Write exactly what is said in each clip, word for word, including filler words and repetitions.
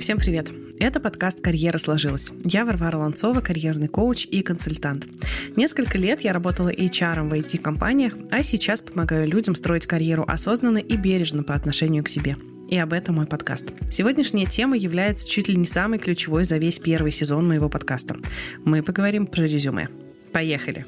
Всем привет! Это подкаст «Карьера сложилась». Я Варвара Ланцова, карьерный коуч и консультант. Несколько лет я работала эйч ар в ай ти-компаниях, а сейчас помогаю людям строить карьеру осознанно и бережно по отношению к себе. И об этом мой подкаст. Сегодняшняя тема является чуть ли не самой ключевой за весь первый сезон моего подкаста. Мы поговорим про резюме. Поехали!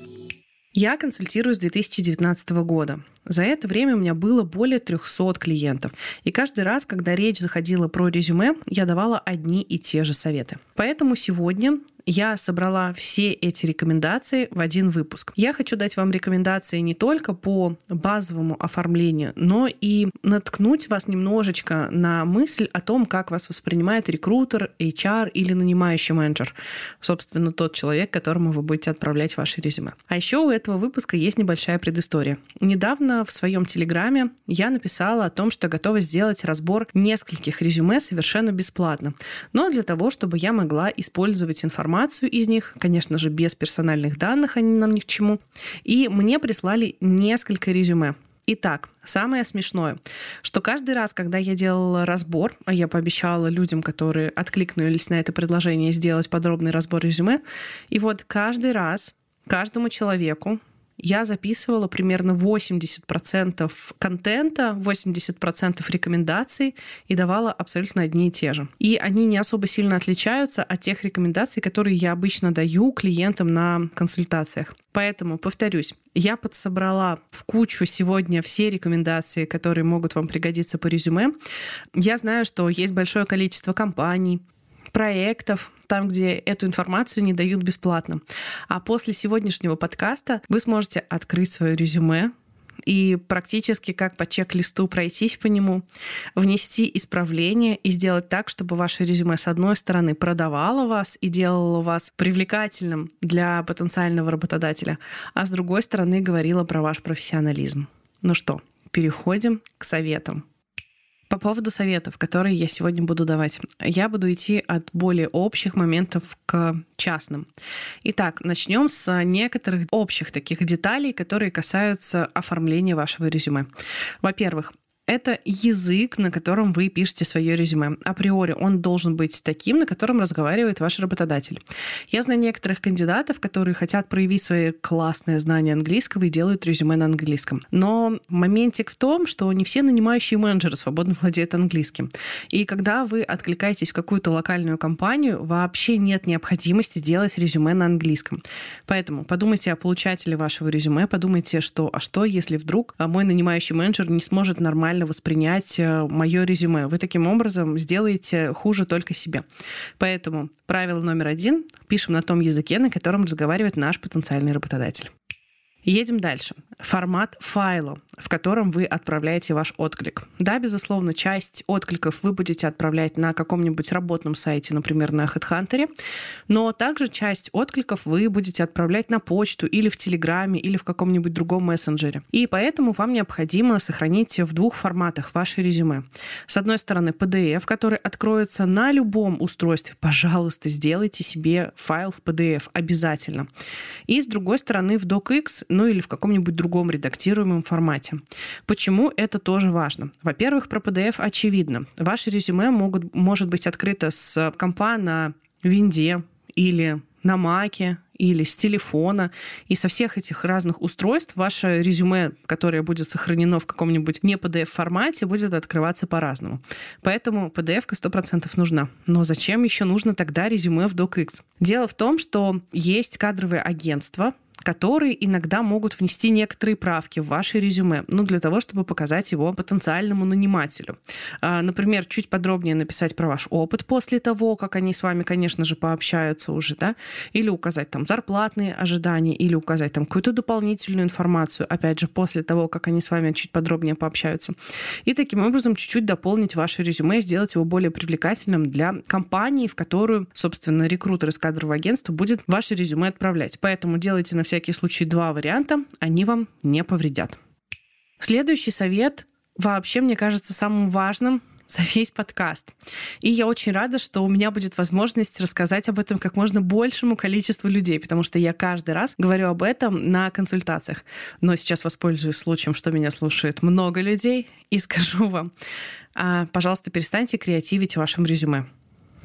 Я консультирую с две тысячи девятнадцатого года. За это время у меня было более трехсот клиентов. И каждый раз, когда речь заходила про резюме, я давала одни и те же советы. Поэтому сегодня я собрала все эти рекомендации в один выпуск. Я хочу дать вам рекомендации не только по базовому оформлению, но и наткнуть вас немножечко на мысль о том, как вас воспринимает рекрутер, эйч ар или нанимающий менеджер. Собственно, тот человек, которому вы будете отправлять ваше резюме. А еще у этого выпуска есть небольшая предыстория. Недавно в своем телеграме я написала о том, что готова сделать разбор нескольких резюме совершенно бесплатно. Но для того, чтобы я могла использовать информацию из них, конечно же, без персональных данных, они нам ни к чему. И мне прислали несколько резюме. Итак, самое смешное, что каждый раз, когда я делала разбор, а я пообещала людям, которые откликнулись на это предложение, сделать подробный разбор резюме, и вот каждый раз каждому человеку я записывала примерно восемьдесят процентов контента, восемьдесят процентов рекомендаций и давала абсолютно одни и те же. И они не особо сильно отличаются от тех рекомендаций, которые я обычно даю клиентам на консультациях. Поэтому, повторюсь, я подсобрала в кучу сегодня все рекомендации, которые могут вам пригодиться по резюме. Я знаю, что есть большое количество компаний, проектов, там, где эту информацию не дают бесплатно. А после сегодняшнего подкаста вы сможете открыть свое резюме и практически как по чек-листу пройтись по нему, внести исправления и сделать так, чтобы ваше резюме, с одной стороны, продавало вас и делало вас привлекательным для потенциального работодателя, а с другой стороны, говорило про ваш профессионализм. Ну что, переходим к советам. По поводу советов, которые я сегодня буду давать. Я буду идти от более общих моментов к частным. Итак, начнем с некоторых общих таких деталей, которые касаются оформления вашего резюме. Во-первых, это язык, на котором вы пишете свое резюме. Априори он должен быть таким, на котором разговаривает ваш работодатель. Я знаю некоторых кандидатов, которые хотят проявить свои классные знания английского и делают резюме на английском. Но моментик в том, что не все нанимающие менеджеры свободно владеют английским. И когда вы откликаетесь в какую-то локальную компанию, вообще нет необходимости делать резюме на английском. Поэтому подумайте о получателе вашего резюме, подумайте, что а что, если вдруг мой нанимающий менеджер не сможет нормально воспринять мое резюме. Вы таким образом сделаете хуже только себе. Поэтому правило номер один — пишем на том языке, на котором разговаривает наш потенциальный работодатель. Едем дальше. Формат файла, в котором вы отправляете ваш отклик. Да, безусловно, часть откликов вы будете отправлять на каком-нибудь работном сайте, например, на HeadHunter, но также часть откликов вы будете отправлять на почту или в Телеграме, или в каком-нибудь другом мессенджере. И поэтому вам необходимо сохранить в двух форматах ваше резюме. С одной стороны, пи ди эф, который откроется на любом устройстве. Пожалуйста, сделайте себе файл в пи ди эф обязательно. И с другой стороны, в докс, ну или в каком-нибудь другом редактируемом формате. Почему это тоже важно? Во-первых, про пи ди эф очевидно. Ваше резюме могут, может быть открыто с компа на винде или на маке, или с телефона. И со всех этих разных устройств ваше резюме, которое будет сохранено в каком-нибудь не пи ди эф-формате, будет открываться по-разному. Поэтому пи ди эф-ка сто процентов нужна. Но зачем еще нужно тогда резюме в докс? Дело в том, что есть кадровые агентства, которые иногда могут внести некоторые правки в ваше резюме, ну, для того, чтобы показать его потенциальному нанимателю. Например, чуть подробнее написать про ваш опыт после того, как они с вами, конечно же, пообщаются уже, да, или указать там зарплатные ожидания, или указать там какую-то дополнительную информацию, опять же, после того, как они с вами чуть подробнее пообщаются. И таким образом чуть-чуть дополнить ваше резюме, сделать его более привлекательным для компании, в которую, собственно, рекрутер из кадрового агентства будет ваше резюме отправлять. Поэтому делайте на всякий случай два варианта, они вам не повредят. Следующий совет вообще, мне кажется, самым важным за весь подкаст. И я очень рада, что у меня будет возможность рассказать об этом как можно большему количеству людей, потому что я каждый раз говорю об этом на консультациях. Но сейчас воспользуюсь случаем, что меня слушает много людей, и скажу вам, пожалуйста, перестаньте креативить в вашем резюме.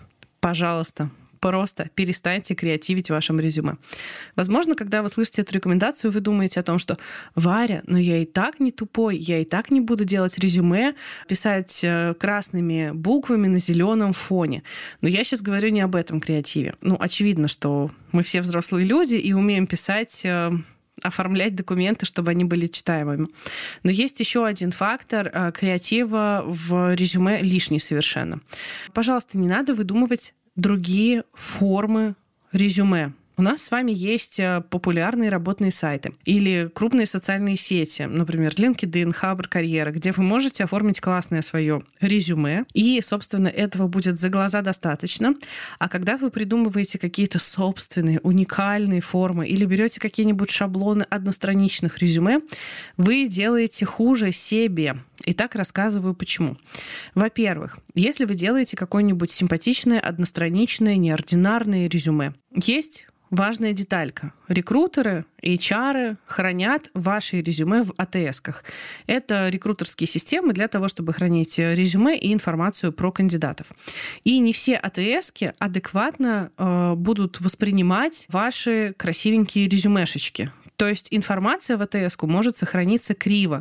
пожалуйста, просто перестаньте креативить в вашем резюме. Возможно, когда вы слышите эту рекомендацию, вы думаете о том, что «Варя, но я и так не тупой, я и так не буду делать резюме, писать красными буквами на зеленом фоне». Но я сейчас говорю не об этом креативе. Ну, очевидно, что мы все взрослые люди и умеем писать, оформлять документы, чтобы они были читаемыми. Но есть еще один фактор креатива в резюме лишний совершенно. Пожалуйста, не надо выдумывать другие формы резюме. У нас с вами есть популярные работные сайты или крупные социальные сети, например, LinkedIn, Хабр Карьера, где вы можете оформить классное свое резюме, и, собственно, этого будет за глаза достаточно. А когда вы придумываете какие-то собственные, уникальные формы или берете какие-нибудь шаблоны одностраничных резюме, вы делаете хуже себе. И так рассказываю, почему. Во-первых, если вы делаете какое-нибудь симпатичное, одностраничное, неординарное резюме, есть важная деталька. Рекрутеры, эйч ар хранят ваши резюме в эй ти эс-ках. Это рекрутерские системы для того, чтобы хранить резюме и информацию про кандидатов. И не все эй ти эс-ки адекватно э, будут воспринимать ваши красивенькие резюмешечки. То есть информация в эй ти эс-ку может сохраниться криво.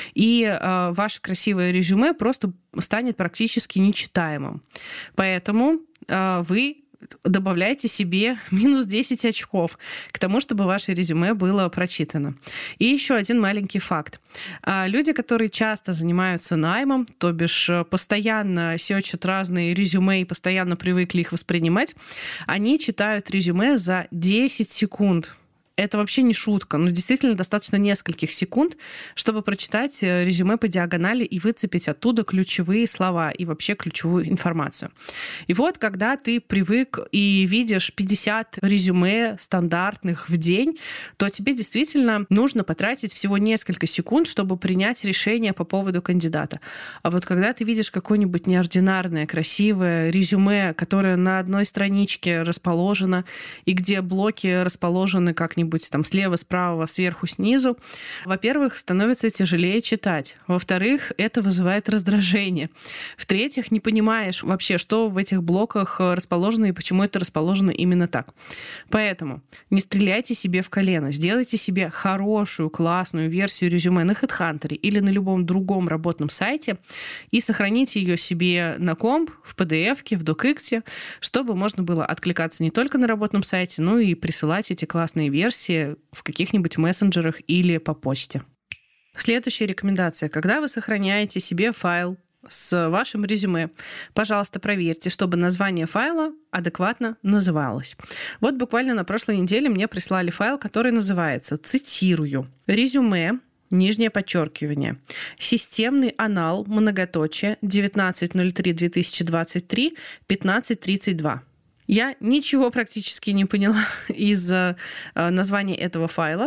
И э, ваше красивое резюме просто станет практически нечитаемым. Поэтому э, вы добавляйте себе минус десять очков к тому, чтобы ваше резюме было прочитано. И еще один маленький факт. Люди, которые часто занимаются наймом, то бишь постоянно сёрчат разные резюме и постоянно привыкли их воспринимать, они читают резюме за десять секунд. Это вообще не шутка, но действительно достаточно нескольких секунд, чтобы прочитать резюме по диагонали и выцепить оттуда ключевые слова и вообще ключевую информацию. И вот, когда ты привык и видишь пятьдесят резюме стандартных в день, то тебе действительно нужно потратить всего несколько секунд, чтобы принять решение по поводу кандидата. А вот когда ты видишь какое-нибудь неординарное, красивое резюме, которое на одной страничке расположено, и где блоки расположены как-нибудь там слева, справа, сверху, снизу, во-первых, становится тяжелее читать. Во-вторых, это вызывает раздражение. В-третьих, не понимаешь вообще, что в этих блоках расположено и почему это расположено именно так. Поэтому не стреляйте себе в колено. Сделайте себе хорошую, классную версию резюме на HeadHunter или на любом другом работном сайте и сохраните ее себе на комп, в пи ди эф-ке, в докиксе, чтобы можно было откликаться не только на работном сайте, но и присылать эти классные версии в каких-нибудь мессенджерах или по почте. Следующая рекомендация. Когда вы сохраняете себе файл с вашим резюме, пожалуйста, проверьте, чтобы название файла адекватно называлось. Вот буквально на прошлой неделе мне прислали файл, который называется, цитирую, «Резюме», нижнее подчеркивание, «Системный анал, многоточие, девятнадцатое ноль третье две тысячи двадцать три, пятнадцать тридцать два». Я ничего практически не поняла из э, названия этого файла.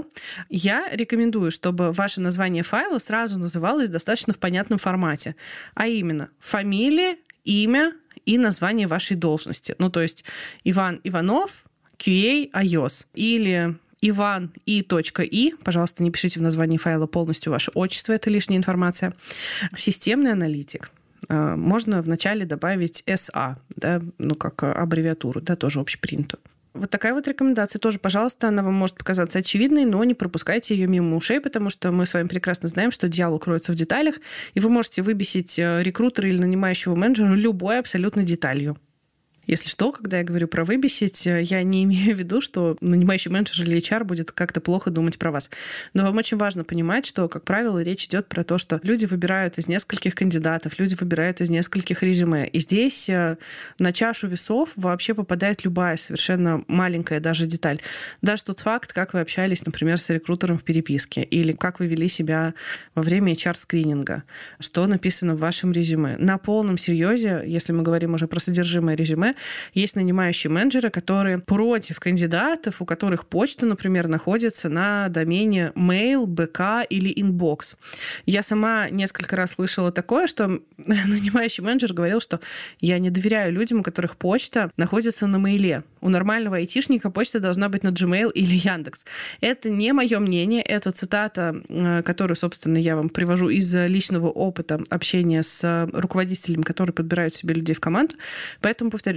Я рекомендую, чтобы ваше название файла сразу называлось достаточно в понятном формате, а именно фамилия, имя и название вашей должности. Ну, то есть Иван Иванов, кью эй, iOS. Или Иван И.И, пожалуйста, не пишите в названии файла полностью ваше отчество, это лишняя информация. Системный аналитик. Можно вначале добавить эс а, да, ну, как аббревиатуру, да, тоже общепринятую. Вот такая вот рекомендация тоже, пожалуйста, она вам может показаться очевидной, но не пропускайте ее мимо ушей, потому что мы с вами прекрасно знаем, что дьявол кроется в деталях, и вы можете выбесить рекрутера или нанимающего менеджера любой абсолютно деталью. Если что, когда я говорю про выбесить, я не имею в виду, что нанимающий менеджер или эйч ар будет как-то плохо думать про вас. Но вам очень важно понимать, что, как правило, речь идет про то, что люди выбирают из нескольких кандидатов, люди выбирают из нескольких резюме. И здесь на чашу весов вообще попадает любая совершенно маленькая даже деталь. Даже тот факт, как вы общались, например, с рекрутером в переписке, или как вы вели себя во время эйч ар-скрининга, что написано в вашем резюме. На полном серьезе, если мы говорим уже про содержимое резюме, есть нанимающие менеджеры, которые против кандидатов, у которых почта, например, находится на домене mail, би кей или inbox. Я сама несколько раз слышала такое, что нанимающий менеджер говорил, что я не доверяю людям, у которых почта находится на мейле. У нормального айтишника почта должна быть на Gmail или Яндекс. Это не мое мнение, это цитата, которую, собственно, я вам привожу из личного опыта общения с руководителями, которые подбирают себе людей в команду. Поэтому, повторюсь,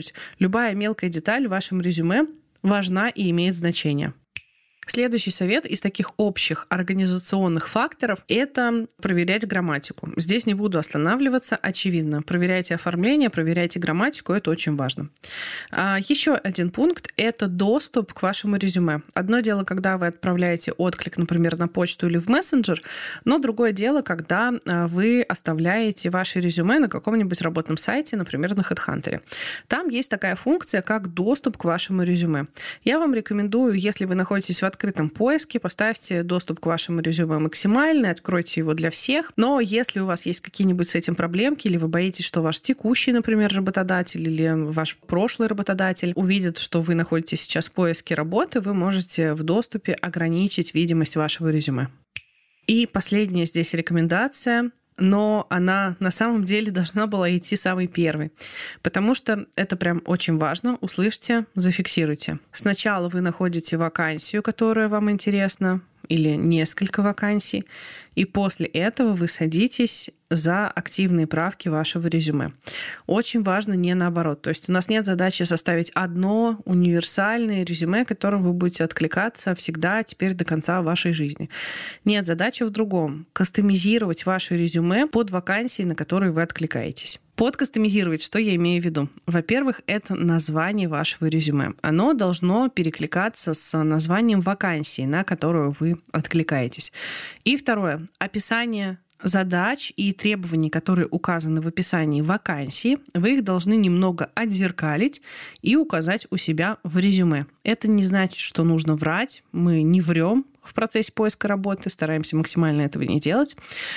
есть любая мелкая деталь в вашем резюме важна и имеет значение. Следующий совет из таких общих организационных факторов – это проверять грамматику. Здесь не буду останавливаться, очевидно. Проверяйте оформление, проверяйте грамматику, это очень важно. А еще один пункт – это доступ к вашему резюме. Одно дело, когда вы отправляете отклик, например, на почту или в мессенджер, но другое дело, когда вы оставляете ваше резюме на каком-нибудь работном сайте, например, на HeadHunter. Там есть такая функция, как доступ к вашему резюме. Я вам рекомендую, если вы находитесь в открытом поиске, поставьте доступ к вашему резюме максимальный, откройте его для всех. Но если у вас есть какие-нибудь с этим проблемки, или вы боитесь, что ваш текущий, например, работодатель или ваш прошлый работодатель увидит, что вы находитесь сейчас в поиске работы, вы можете в доступе ограничить видимость вашего резюме. И последняя здесь рекомендация, но она на самом деле должна была идти самой первой, потому что это прям очень важно. Услышьте, зафиксируйте. Сначала вы находите вакансию, которая вам интересна, или несколько вакансий, и после этого вы садитесь за активные правки вашего резюме. Очень важно не наоборот. То есть у нас нет задачи составить одно универсальное резюме, которым вы будете откликаться всегда теперь до конца вашей жизни. Нет, задача в другом. Кастомизировать ваше резюме под вакансии, на которые вы откликаетесь. Подкастомизировать, что я имею в виду? Во-первых, это название вашего резюме. Оно должно перекликаться с названием вакансии, на которую вы откликаетесь. И второе, описание задач и требований, которые указаны в описании вакансии, вы их должны немного отзеркалить и указать у себя в резюме. Это не значит, что нужно врать. Мы не врем в процессе поиска работы, стараемся максимально этого не делать,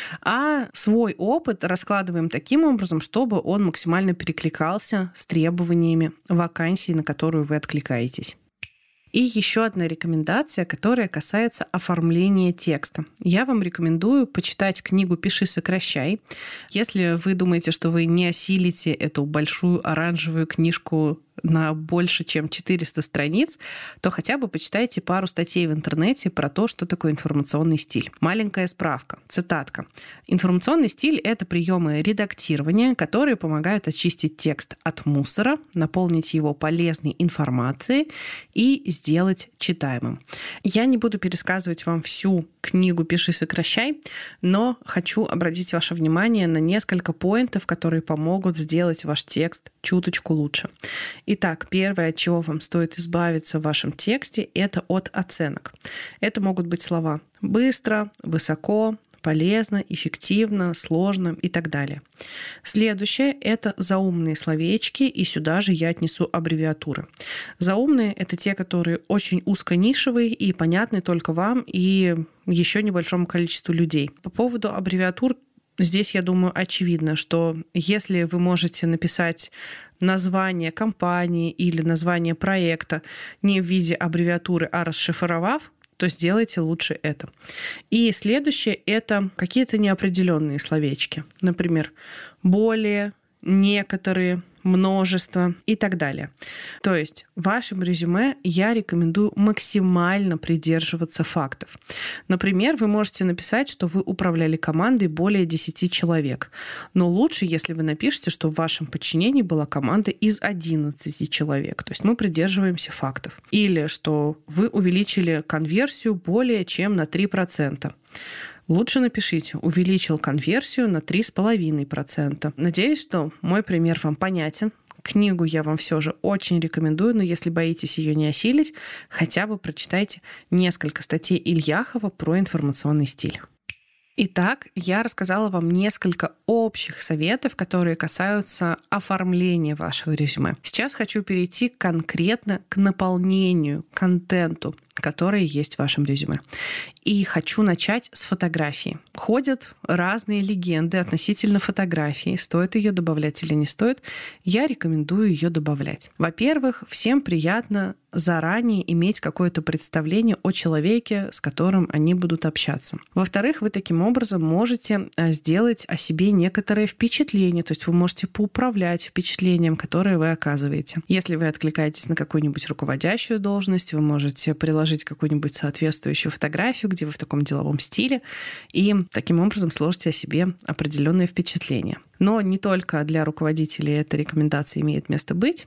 а свой опыт раскладываем таким образом, чтобы он максимально перекликался с требованиями вакансии, на которую вы откликаетесь. И еще одна рекомендация, которая касается оформления текста. Я вам рекомендую почитать книгу «Пиши, сокращай». Если вы думаете, что вы не осилите эту большую оранжевую книжку на больше, чем четыреста страниц, то хотя бы почитайте пару статей в интернете про то, что такое информационный стиль. Маленькая справка, цитатка. Информационный стиль — это приемы редактирования, которые помогают очистить текст от мусора, наполнить его полезной информацией и сделать читаемым. Я не буду пересказывать вам всю книгу «Пиши, сокращай», но хочу обратить ваше внимание на несколько поинтов, которые помогут сделать ваш текст чуточку лучше. Итак, первое, от чего вам стоит избавиться в вашем тексте, это от оценок. Это могут быть слова «быстро», «высоко», полезно, эффективно, сложно и так далее. Следующее — это заумные словечки, и сюда же я отнесу аббревиатуры. Заумные — это те, которые очень узконишевые и понятны только вам и еще небольшому количеству людей. По поводу аббревиатур здесь, я думаю, очевидно, что если вы можете написать название компании или название проекта не в виде аббревиатуры, а расшифровав, то сделайте лучше это. И следующее — это какие-то неопределенные словечки. Например, более, некоторые, множество и так далее. То есть в вашем резюме я рекомендую максимально придерживаться фактов. Например, вы можете написать, что вы управляли командой более десяти человек. Но лучше, если вы напишете, что в вашем подчинении была команда из одиннадцати человек. То есть мы придерживаемся фактов. Или что вы увеличили конверсию более чем на три процента. Лучше напишите «увеличил конверсию на три с половиной процента». Надеюсь, что мой пример вам понятен. Книгу я вам все же очень рекомендую, но если боитесь ее не осилить, хотя бы прочитайте несколько статей Ильяхова про информационный стиль. Итак, я рассказала вам несколько общих советов, которые касаются оформления вашего резюме. Сейчас хочу перейти конкретно к наполнению, к контенту, который есть в вашем резюме. И хочу начать с фотографии. Ходят разные легенды относительно фотографии. Стоит ее добавлять или не стоит. Я рекомендую ее добавлять. Во-первых, всем приятно заранее иметь какое-то представление о человеке, с которым они будут общаться. Во-вторых, вы таким образом можете сделать о себе некоторое впечатление, то есть вы можете поуправлять впечатлением, которое вы оказываете. Если вы откликаетесь на какую-нибудь руководящую должность, вы можете приложить какую-нибудь соответствующую фотографию, где вы в таком деловом стиле, и таким образом сложите о себе определенное впечатление. Но не только для руководителей эта рекомендация имеет место быть.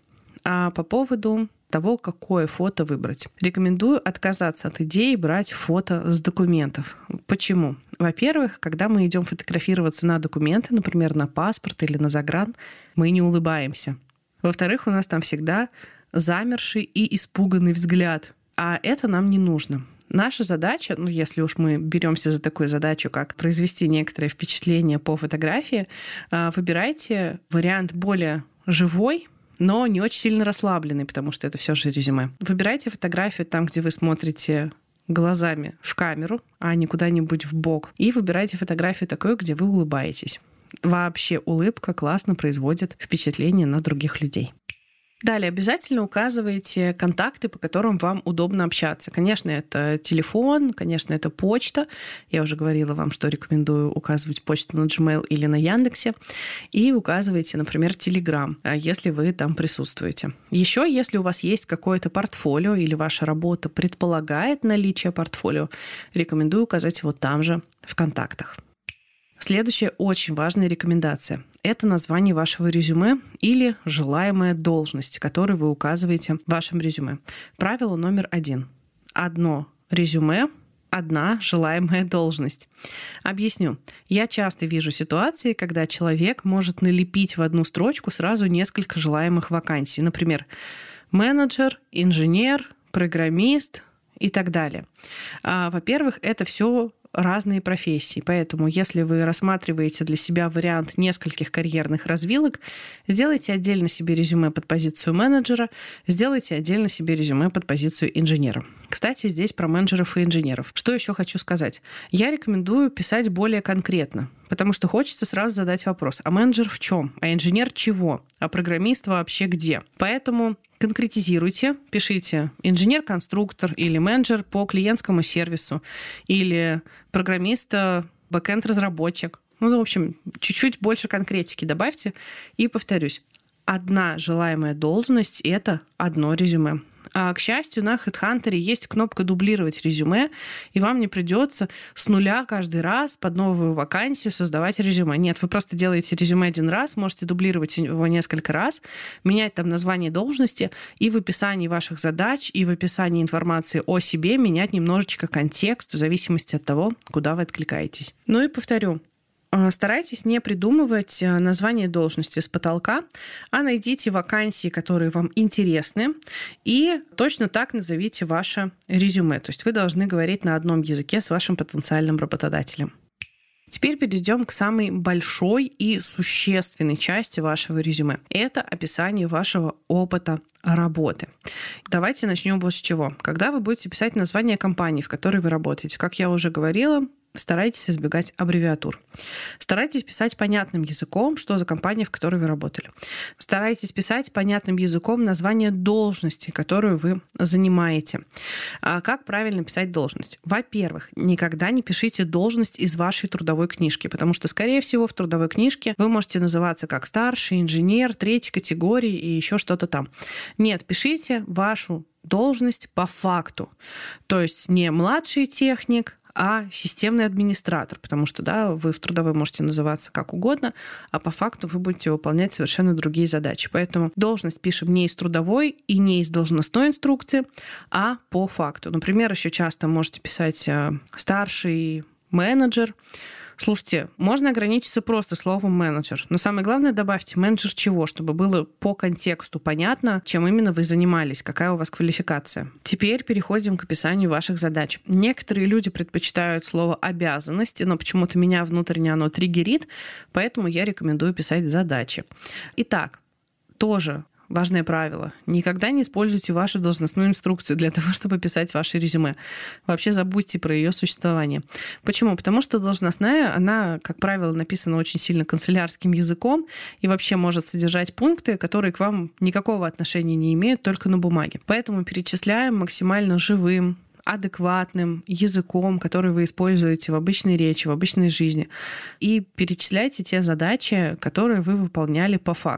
А по поводу того, какое фото выбрать. Рекомендую отказаться от идеи брать фото с документов. Почему? Во-первых, когда мы идем фотографироваться на документы, например, на паспорт или на загран, мы не улыбаемся. Во-вторых, у нас там всегда замерший и испуганный взгляд. А это нам не нужно. Наша задача, ну если уж мы беремся за такую задачу, как произвести некоторое впечатление по фотографии, выбирайте вариант более живой, но не очень сильно расслабленный, потому что это все же резюме. Выбирайте фотографию там, где вы смотрите глазами в камеру, а не куда-нибудь в бок. И выбирайте фотографию такую, где вы улыбаетесь. Вообще улыбка классно производит впечатление на других людей. Далее обязательно указывайте контакты, по которым вам удобно общаться. Конечно, это телефон, конечно, это почта. Я уже говорила вам, что рекомендую указывать почту на Gmail или на Яндексе. И указывайте, например, Telegram, если вы там присутствуете. Еще, если у вас есть какое-то портфолио или ваша работа предполагает наличие портфолио, рекомендую указать его там же в контактах. Следующая очень важная рекомендация – это название вашего резюме или желаемая должность, которую вы указываете в вашем резюме. Правило номер один. Одно резюме, одна желаемая должность. Объясню. Я часто вижу ситуации, когда человек может налепить в одну строчку сразу несколько желаемых вакансий. Например, менеджер, инженер, программист и так далее. Во-первых, это все разные профессии. Поэтому, если вы рассматриваете для себя вариант нескольких карьерных развилок, сделайте отдельно себе резюме под позицию менеджера, сделайте отдельно себе резюме под позицию инженера. Кстати, здесь про менеджеров и инженеров. Что еще хочу сказать? Я рекомендую писать более конкретно, потому что хочется сразу задать вопрос: а менеджер в чем? А инженер чего? А программист вообще где? Поэтому конкретизируйте, пишите инженер-конструктор или менеджер по клиентскому сервису или программист, бэкэнд-разработчик. Ну, в общем, чуть-чуть больше конкретики добавьте. И повторюсь, одна желаемая должность – это одно резюме. А, к счастью, на HeadHunter есть кнопка «Дублировать резюме», и вам не придется с нуля каждый раз под новую вакансию создавать резюме. Нет, вы просто делаете резюме один раз, можете дублировать его несколько раз, менять там название должности, и в описании ваших задач, и в описании информации о себе менять немножечко контекст в зависимости от того, куда вы откликаетесь. Ну и повторю, старайтесь не придумывать название должности с потолка, а найдите вакансии, которые вам интересны, и точно так назовите ваше резюме. То есть вы должны говорить на одном языке с вашим потенциальным работодателем. Теперь перейдем к самой большой и существенной части вашего резюме. Это описание вашего опыта работы. Давайте начнем вот с чего. Когда вы будете писать название компании, в которой вы работаете, как я уже говорила, старайтесь избегать аббревиатур. Старайтесь писать понятным языком, что за компания, в которой вы работали. Старайтесь писать понятным языком название должности, которую вы занимаете. А как правильно писать должность? Во-первых, никогда не пишите должность из вашей трудовой книжки, потому что, скорее всего, в трудовой книжке вы можете называться как старший, инженер, третьей категории и еще что-то там. Нет, пишите вашу должность по факту. То есть не младший техник, а системный администратор, потому что, да, вы в трудовой можете называться как угодно, а по факту вы будете выполнять совершенно другие задачи. Поэтому должность пишем не из трудовой и не из должностной инструкции, а по факту. Например, еще часто можете писать старший менеджер. Слушайте, можно ограничиться просто словом менеджер, но самое главное добавьте менеджер чего, чтобы было по контексту понятно, чем именно вы занимались, какая у вас квалификация. Теперь переходим к описанию ваших задач. Некоторые люди предпочитают слово обязанности, но почему-то меня внутренне оно триггерит, поэтому я рекомендую писать задачи. Итак, тоже важное правило. Никогда не используйте вашу должностную инструкцию для того, чтобы писать ваше резюме. Вообще забудьте про ее существование. Почему? Потому что должностная, она, как правило, написана очень сильно канцелярским языком и вообще может содержать пункты, которые к вам никакого отношения не имеют, только на бумаге. Поэтому перечисляем максимально живым, адекватным языком, который вы используете в обычной речи, в обычной жизни. И перечисляйте те задачи, которые вы выполняли по факту.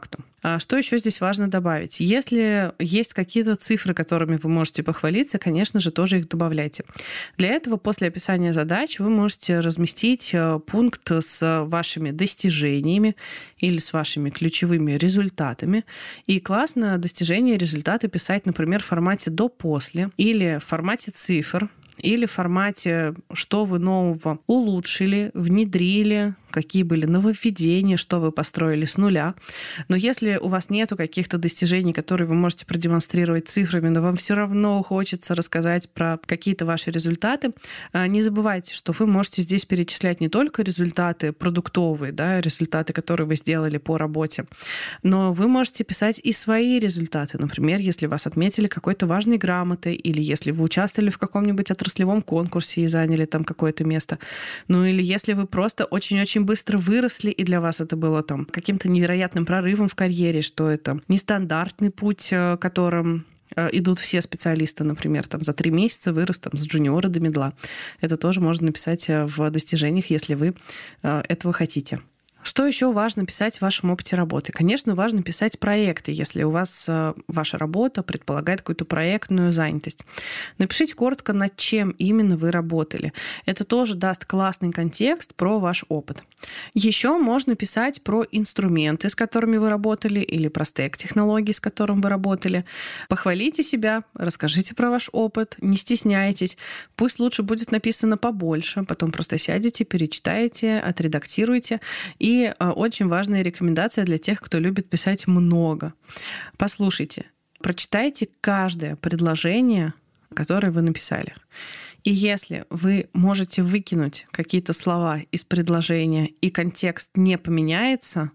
Что еще здесь важно добавить? Если есть какие-то цифры, которыми вы можете похвалиться, конечно же, тоже их добавляйте. Для этого после описания задач вы можете разместить пункт с вашими достижениями или с вашими ключевыми результатами. И классно достижения, результаты писать, например, в формате «до-после» или в формате цифр, или в формате «что вы нового улучшили, внедрили», какие были нововведения, что вы построили с нуля. Но если у вас нету каких-то достижений, которые вы можете продемонстрировать цифрами, но вам все равно хочется рассказать про какие-то ваши результаты, не забывайте, что вы можете здесь перечислять не только результаты продуктовые, да, результаты, которые вы сделали по работе, но вы можете писать и свои результаты. Например, если вас отметили какой-то важной грамотой, или если вы участвовали в каком-нибудь отраслевом конкурсе и заняли там какое-то место. Ну или если вы просто очень-очень быстро выросли, и для вас это было там каким-то невероятным прорывом в карьере, что это нестандартный путь, которым идут все специалисты, например, там за три месяца вырос там, с джуниора до медла. Это тоже можно написать в достижениях, если вы этого хотите. Что еще важно писать в вашем опыте работы? Конечно, важно писать проекты, если у вас ваша работа предполагает какую-то проектную занятость. Напишите коротко, над чем именно вы работали. Это тоже даст классный контекст про ваш опыт. Еще можно писать про инструменты, с которыми вы работали, или про стек технологий, с которым вы работали. Похвалите себя, расскажите про ваш опыт, не стесняйтесь. Пусть лучше будет написано побольше, потом просто сядете, перечитаете, отредактируете. И И очень важная рекомендация для тех, кто любит писать много. Послушайте, прочитайте каждое предложение, которое вы написали. И если вы можете выкинуть какие-то слова из предложения, и контекст не поменяется,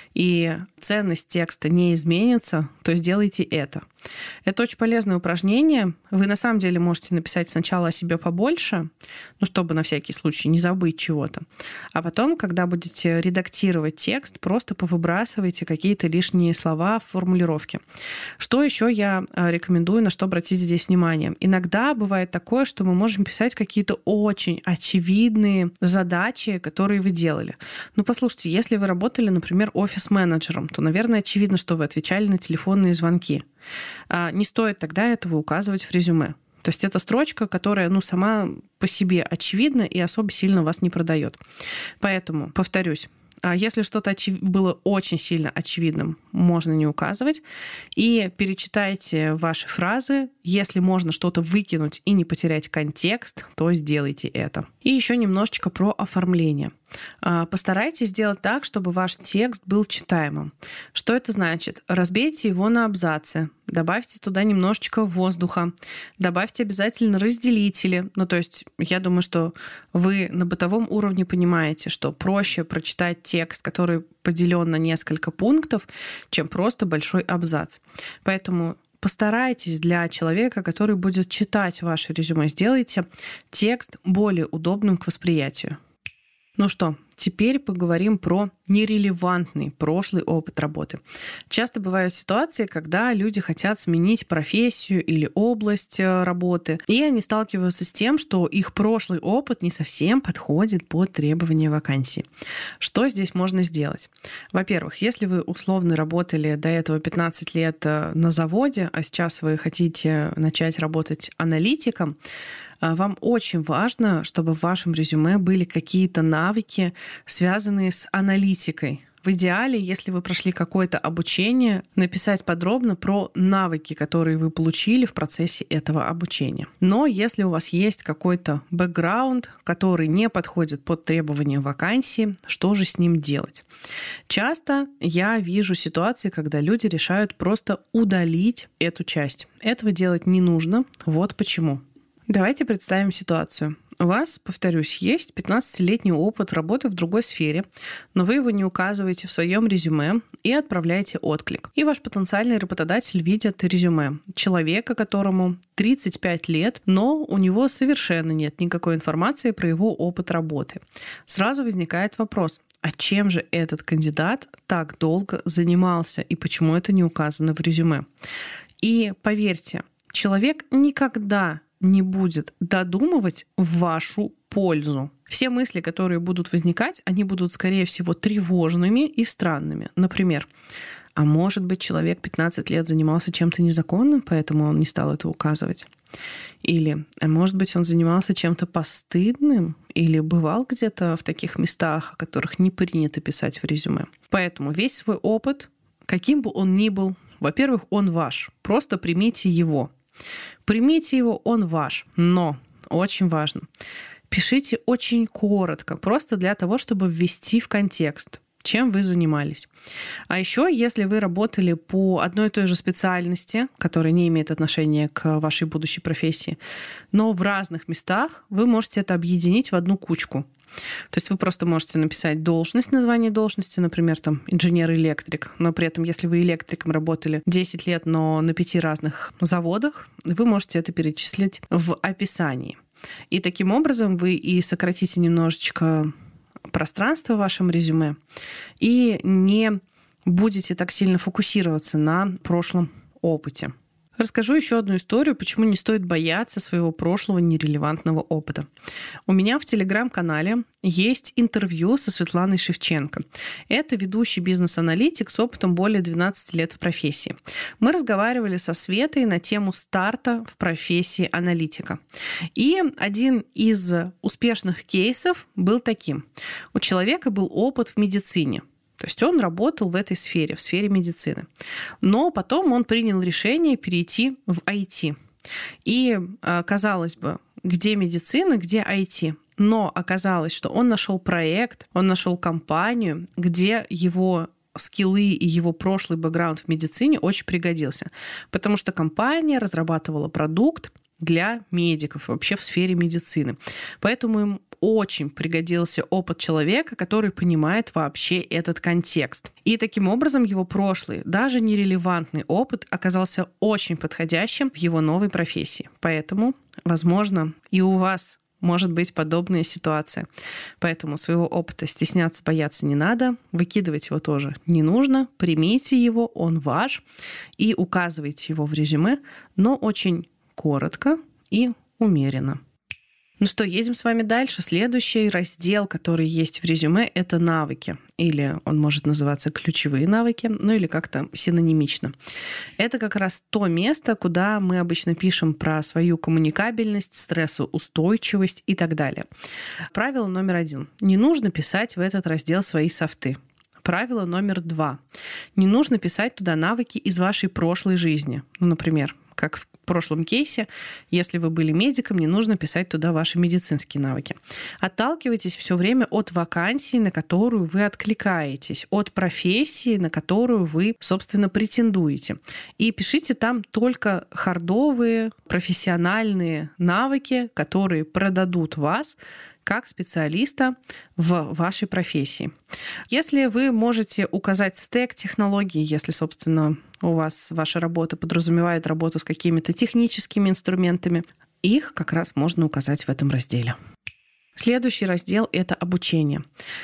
и ценность текста не изменится, то сделайте это. Это очень полезное упражнение. Вы на самом деле можете написать сначала о себе побольше, ну, чтобы на всякий случай не забыть чего-то. А потом, когда будете редактировать текст, просто повыбрасывайте какие-то лишние слова в формулировке. Что еще я рекомендую, на что обратить здесь внимание? Иногда бывает такое, что мы можем писать какие-то очень очевидные задачи, которые вы делали. Ну, послушайте, если вы работали, например, офис-менеджером, то, наверное, очевидно, что вы отвечали на телефонные звонки. Не стоит тогда этого указывать в резюме. То есть это строчка, которая ну, сама по себе очевидна и особо сильно вас не продает. Поэтому, повторюсь, если что-то очев... было очень сильно очевидным, можно не указывать. И перечитайте ваши фразы. Если можно что-то выкинуть и не потерять контекст, то сделайте это. И еще немножечко про оформление. Постарайтесь сделать так, чтобы ваш текст был читаемым. Что это значит? Разбейте его на абзацы, добавьте туда немножечко воздуха, добавьте обязательно разделители. Ну, то есть я думаю, что вы на бытовом уровне понимаете, что проще прочитать текст, который поделен на несколько пунктов, чем просто большой абзац. Поэтому постарайтесь для человека, который будет читать ваше резюме, сделайте текст более удобным к восприятию. Ну что, теперь поговорим про нерелевантный прошлый опыт работы. Часто бывают ситуации, когда люди хотят сменить профессию или область работы, и они сталкиваются с тем, что их прошлый опыт не совсем подходит под требования вакансии. Что здесь можно сделать? Во-первых, если вы условно работали до этого пятнадцать лет на заводе, а сейчас вы хотите начать работать аналитиком, вам очень важно, чтобы в вашем резюме были какие-то навыки, связанные с аналитикой. В идеале, если вы прошли какое-то обучение, написать подробно про навыки, которые вы получили в процессе этого обучения. Но если у вас есть какой-то бэкграунд, который не подходит под требования вакансии, что же с ним делать? Часто я вижу ситуации, когда люди решают просто удалить эту часть. Этого делать не нужно. Вот почему. Давайте представим ситуацию. У вас, повторюсь, есть пятнадцатилетний опыт работы в другой сфере, но вы его не указываете в своем резюме и отправляете отклик. И ваш потенциальный работодатель видит резюме человека, которому тридцать пять лет, но у него совершенно нет никакой информации про его опыт работы. Сразу возникает вопрос, а чем же этот кандидат так долго занимался и почему это не указано в резюме? И поверьте, человек никогда не будет додумывать в вашу пользу. Все мысли, которые будут возникать, они будут, скорее всего, тревожными и странными. Например, А может быть, человек пятнадцать лет занимался чем-то незаконным, поэтому он не стал это указывать? Или, а может быть, он занимался чем-то постыдным или бывал где-то в таких местах, о которых не принято писать в резюме? Поэтому весь свой опыт, каким бы он ни был, во-первых, он ваш. Просто примите его. Примите его, он ваш. Но, очень важно, пишите очень коротко, просто для того, чтобы ввести в контекст, чем вы занимались. А еще, если вы работали по одной и той же специальности, которая не имеет отношения к вашей будущей профессии, но в разных местах, вы можете это объединить в одну кучку. То есть вы просто можете написать должность, название должности, например, там инженер-электрик, но при этом, если вы электриком работали десять лет, но на пяти разных заводах, вы можете это перечислить в описании. И таким образом вы и сократите немножечко пространство в вашем резюме и не будете так сильно фокусироваться на прошлом опыте. Расскажу еще одну историю, почему не стоит бояться своего прошлого нерелевантного опыта. У меня в Телеграм-канале есть интервью со Светланой Шевченко. Это ведущий бизнес-аналитик с опытом более двенадцати лет в профессии. Мы разговаривали со Светой на тему старта в профессии аналитика. И один из успешных кейсов был таким. У человека был опыт в медицине. То есть он работал в этой сфере, в сфере медицины. Но потом он принял решение перейти в ай ти. И, казалось бы, где медицина, где ай ти. Но оказалось, что он нашел проект, он нашел компанию, где его скиллы и его прошлый бэкграунд в медицине очень пригодился. Потому что компания разрабатывала продукт для медиков, вообще в сфере медицины. Поэтому им очень пригодился опыт человека, который понимает вообще этот контекст. И таким образом его прошлый, даже нерелевантный опыт оказался очень подходящим в его новой профессии. Поэтому, возможно, и у вас может быть подобная ситуация. Поэтому своего опыта стесняться, бояться не надо, выкидывать его тоже не нужно, примите его, он ваш, и указывайте его в резюме, но очень коротко и умеренно. Ну что, едем с вами дальше. Следующий раздел, который есть в резюме, это навыки. Или он может называться ключевые навыки, ну или как-то синонимично. Это как раз то место, куда мы обычно пишем про свою коммуникабельность, стрессоустойчивость и так далее. Правило номер один. Не нужно писать в этот раздел свои софты. Правило номер два. Не нужно писать туда навыки из вашей прошлой жизни. Ну, например, как в прошлом кейсе, если вы были медиком, не нужно писать туда ваши медицинские навыки. Отталкивайтесь все время от вакансии, на которую вы откликаетесь, от профессии, на которую вы, собственно, претендуете. И пишите там только хардовые, профессиональные навыки, которые продадут вас как специалиста в вашей профессии. Если вы можете указать стэк технологий, если, собственно, у вас ваша работа подразумевает работу с какими-то техническими инструментами, их как раз можно указать в этом разделе. Следующий раздел — это обучение.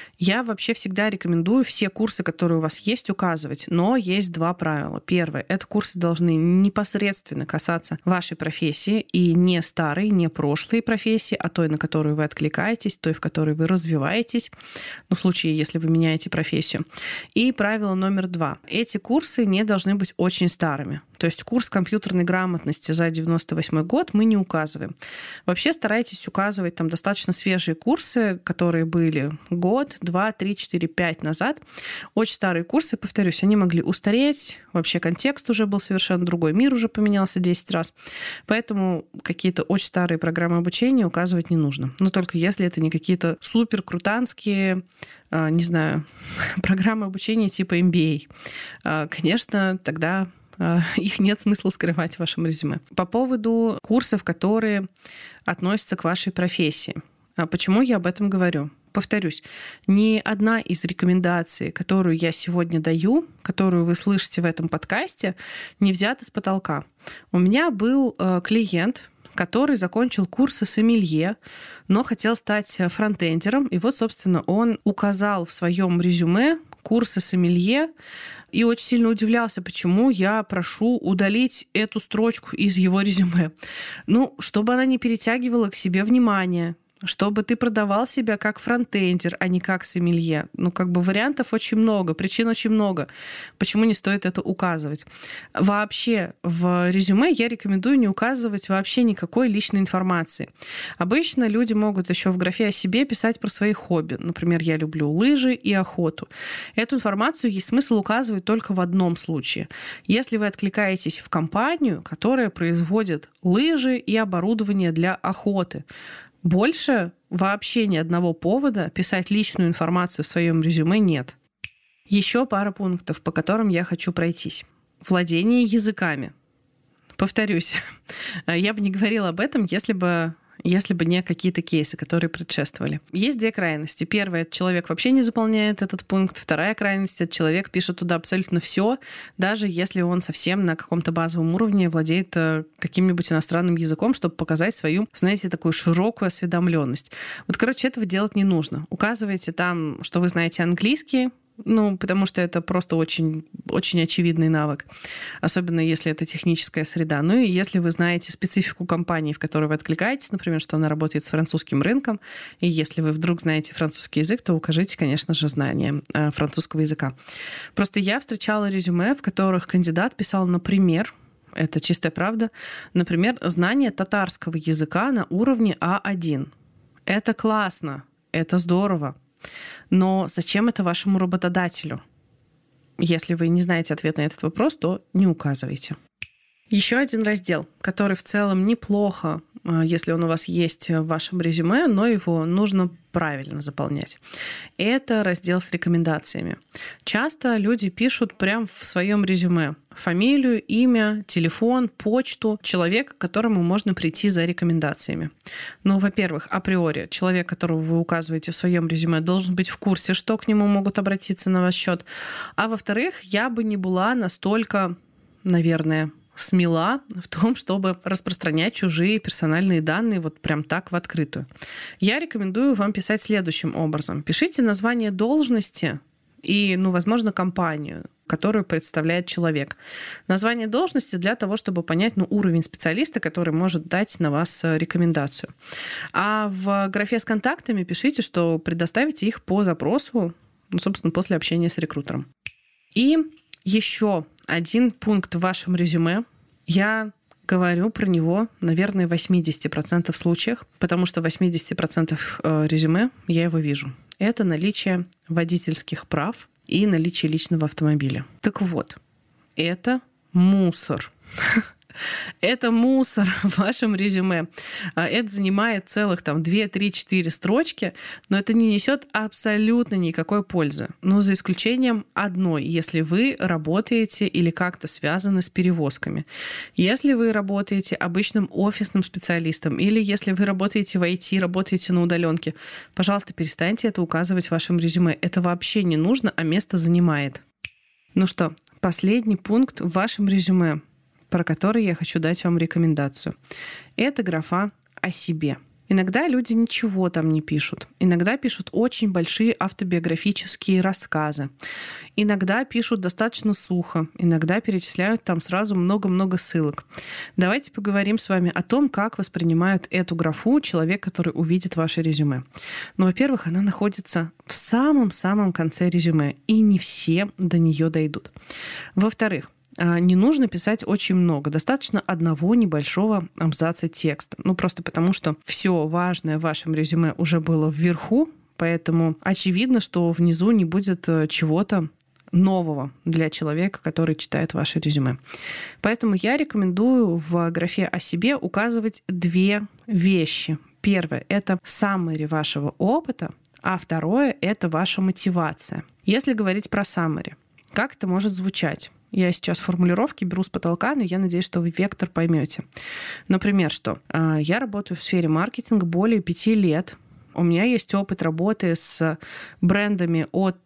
Я вообще всегда рекомендую все курсы, которые у вас есть, указывать, но есть два правила. Первое — это курсы должны непосредственно касаться вашей профессии и не старой, не прошлой профессии, а той, на которую вы откликаетесь, той, в которой вы развиваетесь, ну, в случае, если вы меняете профессию. И правило номер два. Эти курсы не должны быть очень старыми. То есть курс компьютерной грамотности за девяносто восьмой год мы не указываем. Вообще старайтесь указывать там достаточно свежие курсы, которые были год, два, три, четыре, пять назад. Очень старые курсы, повторюсь, они могли устареть, вообще контекст уже был совершенно другой, мир уже поменялся десять раз. Поэтому какие-то очень старые программы обучения указывать не нужно. Но только если это не какие-то супер крутанские, не знаю, программы обучения типа эм би эй. Конечно, тогда их нет смысла скрывать в вашем резюме. По поводу курсов, которые относятся к вашей профессии. Почему я об этом говорю? Повторюсь, ни одна из рекомендаций, которую я сегодня даю, которую вы слышите в этом подкасте, не взята с потолка. У меня был клиент, который закончил курсы сомелье, но хотел стать фронтендером. И вот, собственно, он указал в своем резюме курсы сомелье, и очень сильно удивлялся, почему я прошу удалить эту строчку из его резюме. Ну, чтобы она не перетягивала к себе внимание, чтобы ты продавал себя как фронтендер, а не как сомелье. Ну, как бы вариантов очень много, причин очень много. Почему не стоит это указывать? Вообще в резюме я рекомендую не указывать вообще никакой личной информации. Обычно люди могут еще в графе о себе писать про свои хобби. Например, я люблю лыжи и охоту. Эту информацию есть смысл указывать только в одном случае. Если вы откликаетесь в компанию, которая производит лыжи и оборудование для охоты. Больше вообще ни одного повода писать личную информацию в своем резюме нет. Еще пара пунктов, по которым я хочу пройтись. Владение языками. Повторюсь, я бы не говорила об этом, если бы если бы не какие-то кейсы, которые предшествовали. Есть две крайности. Первая — это человек вообще не заполняет этот пункт. Вторая крайность — это человек пишет туда абсолютно все, даже если он совсем на каком-то базовом уровне владеет каким-нибудь иностранным языком, чтобы показать свою, знаете, такую широкую осведомленность. Вот, короче, этого делать не нужно. Указывайте там, что вы знаете английский, ну, потому что это просто очень, очень очевидный навык, особенно если это техническая среда. Ну и если вы знаете специфику компании, в которой вы откликаетесь, например, что она работает с французским рынком, и если вы вдруг знаете французский язык, то укажите, конечно же, знание французского языка. Просто я встречала резюме, в которых кандидат писал, например, это чистая правда, например, знание татарского языка на уровне А один. Это классно, это здорово. Но зачем это вашему работодателю? Если вы не знаете ответ на этот вопрос, то не указывайте. Еще один раздел, который в целом неплохо, если он у вас есть в вашем резюме, но его нужно правильно заполнять. Это раздел с рекомендациями. Часто люди пишут прямо в своем резюме фамилию, имя, телефон, почту человека, к которому можно прийти за рекомендациями. Ну, во-первых, априори человек, которого вы указываете в своем резюме, должен быть в курсе, что к нему могут обратиться на ваш счет. А во-вторых, я бы не была настолько, наверное, смела в том, чтобы распространять чужие персональные данные вот прям так в открытую. Я рекомендую вам писать следующим образом. Пишите название должности и, ну, возможно, компанию, которую представляет человек. Название должности для того, чтобы понять, ну, уровень специалиста, который может дать на вас рекомендацию. А в графе с контактами пишите, что предоставите их по запросу, ну, собственно, после общения с рекрутером. И еще один пункт в вашем резюме. Я говорю про него, наверное, в восемьдесят процентов случаев, потому что в восемьдесят процентов резюме я его вижу. Это наличие водительских прав и наличие личного автомобиля. Так вот, это мусор. Это мусор в вашем резюме. Это занимает целых там два, три, четыре строчки, но это не несет абсолютно никакой пользы. Ну, за исключением одной, если вы работаете или как-то связаны с перевозками. Если вы работаете обычным офисным специалистом или если вы работаете в ай ти, работаете на удаленке, пожалуйста, перестаньте это указывать в вашем резюме. Это вообще не нужно, а место занимает. Ну что, последний пункт в вашем резюме, про который я хочу дать вам рекомендацию. Это графа о себе. Иногда люди ничего там не пишут. Иногда пишут очень большие автобиографические рассказы. Иногда пишут достаточно сухо. Иногда перечисляют там сразу много-много ссылок. Давайте поговорим с вами о том, как воспринимают эту графу человек, который увидит ваше резюме. Ну, во-первых, она находится в самом-самом конце резюме, и не все до нее дойдут. Во-вторых, не нужно писать очень много. Достаточно одного небольшого абзаца текста. Ну, просто потому, что все важное в вашем резюме уже было вверху, поэтому очевидно, что внизу не будет чего-то нового для человека, который читает ваше резюме. Поэтому я рекомендую в графе о себе указывать две вещи. Первое — это summary вашего опыта, а второе — это ваша мотивация. Если говорить про summary, как это может звучать? Я сейчас формулировки беру с потолка, но я надеюсь, что вы вектор поймете. Например, что я работаю в сфере маркетинга более пяти лет. У меня есть опыт работы с брендами от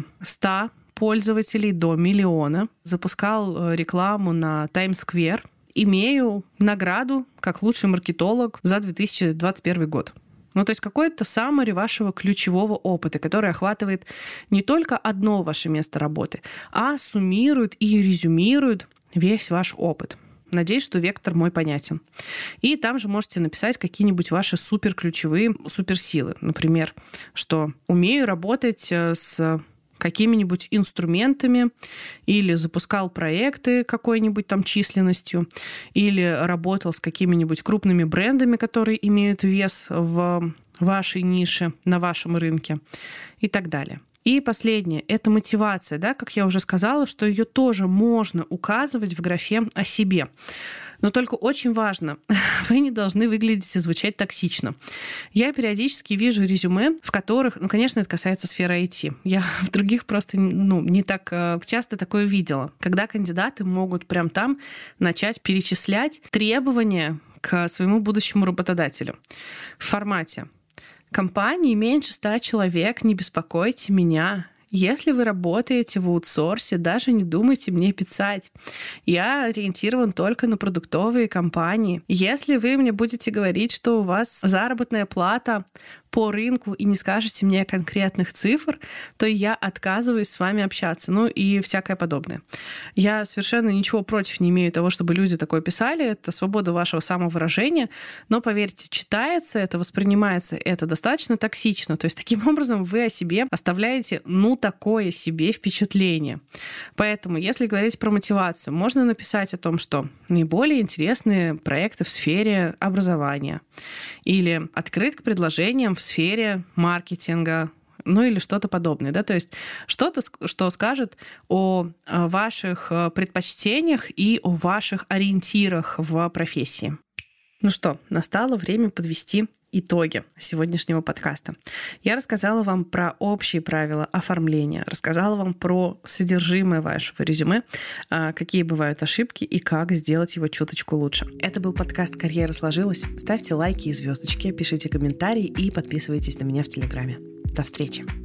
ста пользователей до миллиона. Запускал рекламу на Таймс-сквер. Имею награду как лучший маркетолог за две тысячи двадцать первый год. Ну, то есть какое-то summary вашего ключевого опыта, который охватывает не только одно ваше место работы, а суммирует и резюмирует весь ваш опыт. Надеюсь, что вектор мой понятен. И там же можете написать какие-нибудь ваши суперключевые суперсилы. Например, что умею работать с какими-нибудь инструментами, или запускал проекты какой-нибудь там численностью, или работал с какими-нибудь крупными брендами, которые имеют вес в вашей нише, на вашем рынке и так далее. И последнее — это мотивация, да, как я уже сказала, что ее тоже можно указывать в графе о себе. Но только очень важно, вы не должны выглядеть и звучать токсично. Я периодически вижу резюме, в которых, ну, конечно, это касается сферы ай ти. Я в других просто ну, не так часто такое видела. Когда кандидаты могут прям там начать перечислять требования к своему будущему работодателю в формате: компании меньше ста человек, не беспокойте меня. Если вы работаете в аутсорсе, даже не думайте мне писать. Я ориентирован только на продуктовые компании. Если вы мне будете говорить, что у вас заработная плата по рынку и не скажете мне конкретных цифр, то я отказываюсь с вами общаться. Ну и всякое подобное. Я совершенно ничего против не имею того, чтобы люди такое писали. Это свобода вашего самовыражения. Но, поверьте, читается это, воспринимается это достаточно токсично. То есть таким образом вы о себе оставляете, ну, такое себе впечатление. Поэтому, если говорить про мотивацию, можно написать о том, что наиболее интересные проекты в сфере образования или открыт к предложениям в сфере маркетинга, ну или что-то подобное. Да? То есть что-то, что скажет о ваших предпочтениях и о ваших ориентирах в профессии. Ну что, настало время подвести итоги сегодняшнего подкаста. Я рассказала вам про общие правила оформления, рассказала вам про содержимое вашего резюме, какие бывают ошибки и как сделать его чуточку лучше. Это был подкаст «Карьера сложилась». Ставьте лайки и звездочки, пишите комментарии и подписывайтесь на меня в Телеграме. До встречи!